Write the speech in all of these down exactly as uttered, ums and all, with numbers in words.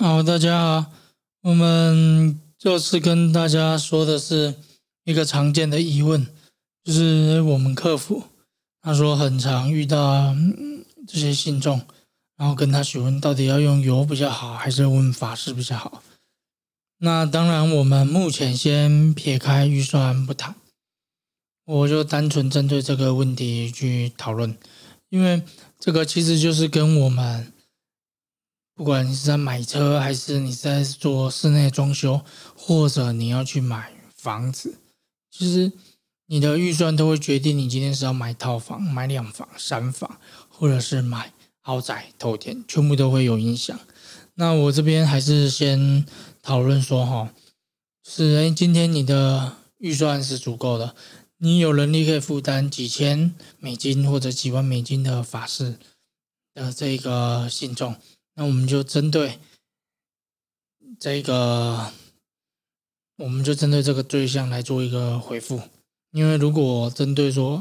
好，大家好，我们这次跟大家说的是一个常见的疑问，就是我们客服他说很常遇到、嗯、这些信众，然后跟他询问到底要用油比较好，还是问法师比较好。那当然，我们目前先撇开预算不谈，我就单纯针对这个问题去讨论，因为这个其实就是跟我们不管你是在买车，还是你在做室内装修，或者你要去买房子，其实你的预算都会决定你今天是要买套房、买两房、三房，或者是买豪宅、头田，全部都会有影响。那我这边还是先讨论说哈，是诶今天你的预算是足够的，你有能力可以负担几千美金或者几万美金的法事的这个信众。那我们就针对这个，我们就针对这个对象来做一个回复。因为如果针对说，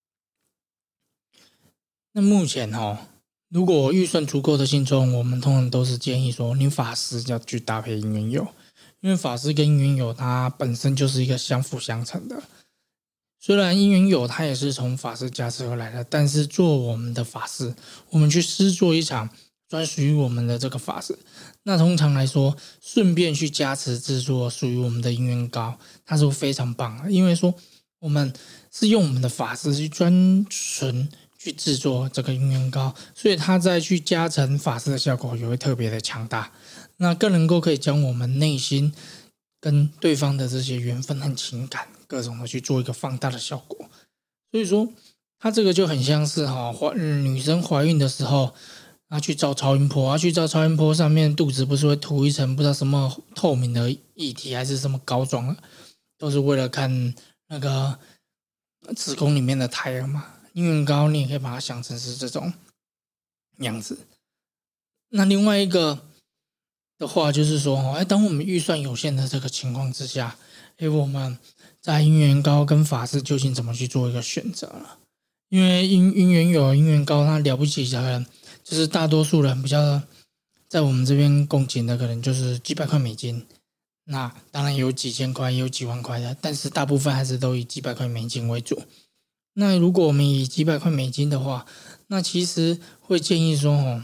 那目前哦，如果预算足够的信众，我们通常都是建议说，你法师要去搭配因缘油，因为法师跟因缘油它本身就是一个相辅相成的。虽然因缘油它也是从法师加持而来的，但是做我们的法师，我们去施做一场专属于我们的这个法事，那通常来说顺便去加持制作属于我们的因缘膏，它是非常棒的。因为说我们是用我们的法师去专纯去制作这个因缘膏，所以它再去加成法师的效果也会特别的强大，那更能够可以将我们内心跟对方的这些缘分和情感各种的去做一个放大的效果。所以说它这个就很像是哈、嗯、女生怀孕的时候他去照超音波，他去照超音波上面肚子不是会涂一层不知道什么透明的液体还是什么膏状，都是为了看那个子宫里面的胎儿嘛。因缘膏你也可以把它想成是这种样子。那另外一个的话就是说，哎，当我们预算有限的这个情况之下，哎，我们在因缘膏跟法师究竟怎么去做一个选择了？因为因因缘有因缘膏，它了不起的人就是大多数人比较在我们这边供给的可能就是几百块美金，那当然有几千块也有几万块的，但是大部分还是都以几百块美金为主。那如果我们以几百块美金的话，那其实会建议说哦，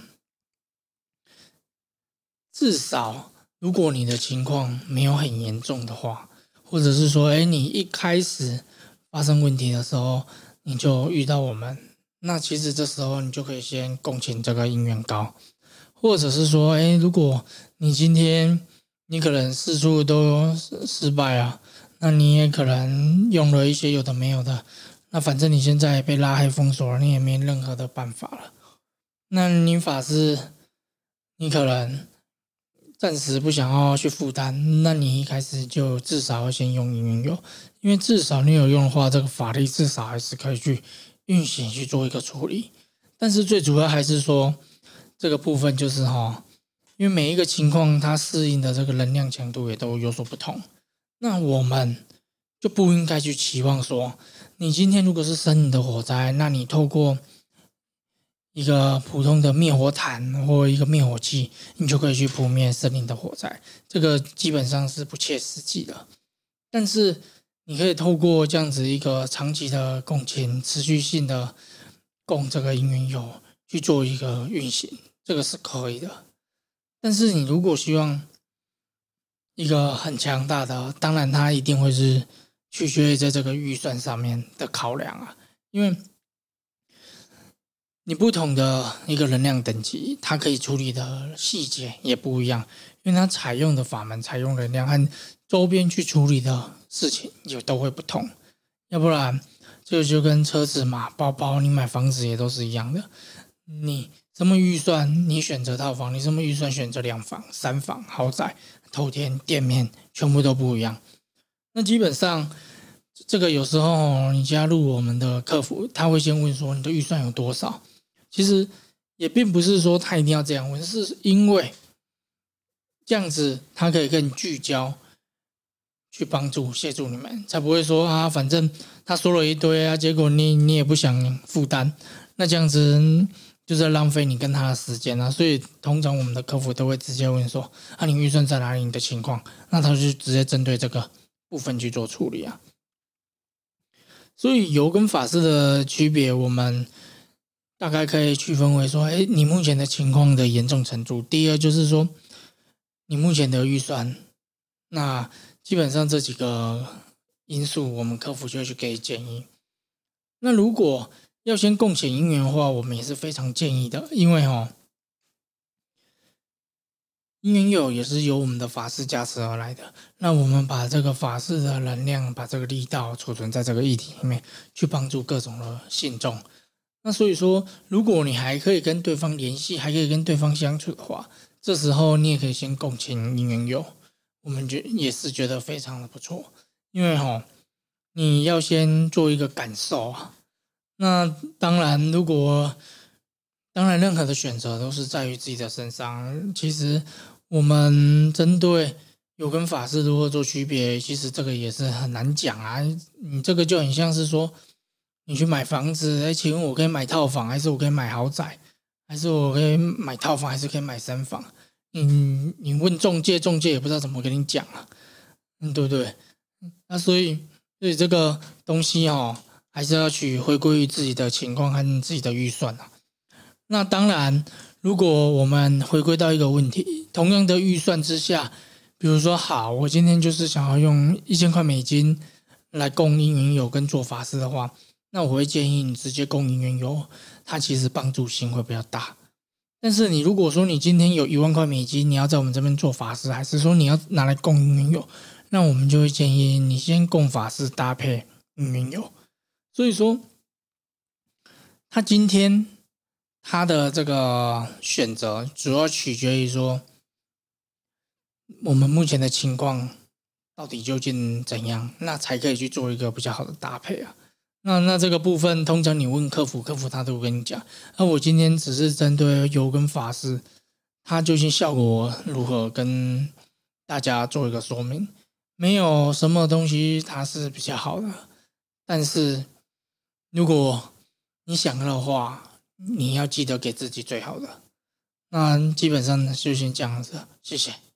至少如果你的情况没有很严重的话，或者是说哎，你一开始发生问题的时候你就遇到我们，那其实这时候你就可以先供请这个因缘膏。或者是说哎，如果你今天你可能四处都失败啊，那你也可能用了一些有的没有的，那反正你现在被拉黑封锁了，你也没任何的办法了。那你法师你可能暂时不想要去负担，那你一开始就至少要先用因缘油，因为至少你有用的话，这个法力至少还是可以去运行去做一个处理。但是最主要还是说这个部分就是哈，因为每一个情况它适应的这个能量强度也都有所不同，那我们就不应该去期望说，你今天如果是森林的火灾，那你透过一个普通的灭火毯或一个灭火器，你就可以去扑灭森林的火灾，这个基本上是不切实际的。但是你可以透过这样子一个长期的供勤，持续性的供这个因缘油去做一个运行，这个是可以的。但是你如果希望一个很强大的，当然它一定会是取决于在这个预算上面的考量啊，因为你不同的一个能量等级，它可以处理的细节也不一样，因为它采用的法门、采用能量和周边去处理的事情也都会不同。要不然这个就跟车子嘛、包包，你买房子也都是一样的，你什么预算你选择套房，你什么预算选择两房、三房、豪宅、头田、店面，全部都不一样。那基本上这个有时候你加入我们的客服，他会先问说你的预算有多少，其实也并不是说他一定要这样问，是因为这样子他可以更聚焦去帮助协助你们，才不会说啊反正他说了一堆啊，结果你你也不想负担，那这样子就是浪费你跟他的时间啊。所以通常我们的客服都会直接问说：“啊，你预算在哪里？你的情况？”那他就直接针对这个部分去做处理啊。所以油跟法式的区别，我们大概可以区分为说：哎，你目前的情况的严重程度。第二就是说，你目前的预算。那基本上这几个因素，我们客服就会去给建议。那如果要先共请姻缘的话，我们也是非常建议的，因为哦，姻缘油也是由我们的法式加持而来的。那我们把这个法式的能量，把这个力道储存在这个液体里面，去帮助各种的信众。那所以说，如果你还可以跟对方联系，还可以跟对方相处的话，这时候你也可以先共请姻缘油。我们觉也是觉得非常的不错，因为齁，你要先做一个感受啊。那当然，如果当然任何的选择都是在于自己的身上。其实我们针对油跟法式如何做区别，其实这个也是很难讲啊。你这个就很像是说，你去买房子，哎，请问我可以买套房，还是我可以买豪宅，还是我可以买套房，还是可以买三房？你你问中介，中介也不知道怎么跟你讲啊，嗯，对不对？那所以所以这个东西哦，还是要去回归于自己的情况和自己的预算啊。那当然，如果我们回归到一个问题，同样的预算之下，比如说，好，我今天就是想要用一千块美金来供姻缘油跟做法事的话，那我会建议你直接供姻缘油，它其实帮助性会比较大。但是你如果说你今天有一万块美金，你要在我们这边做法事，还是说你要拿来供姻缘油，那我们就会建议你先供法事搭配姻缘油。所以说，他今天他的这个选择主要取决于说，我们目前的情况到底究竟怎样，那才可以去做一个比较好的搭配啊。那那这个部分，通常你问客服，客服他都会跟你讲。那我今天只是针对油跟法式，它究竟效果如何，跟大家做一个说明。没有什么东西它是比较好的，但是如果你想要的话，你要记得给自己最好的。那基本上就先这样子，谢谢。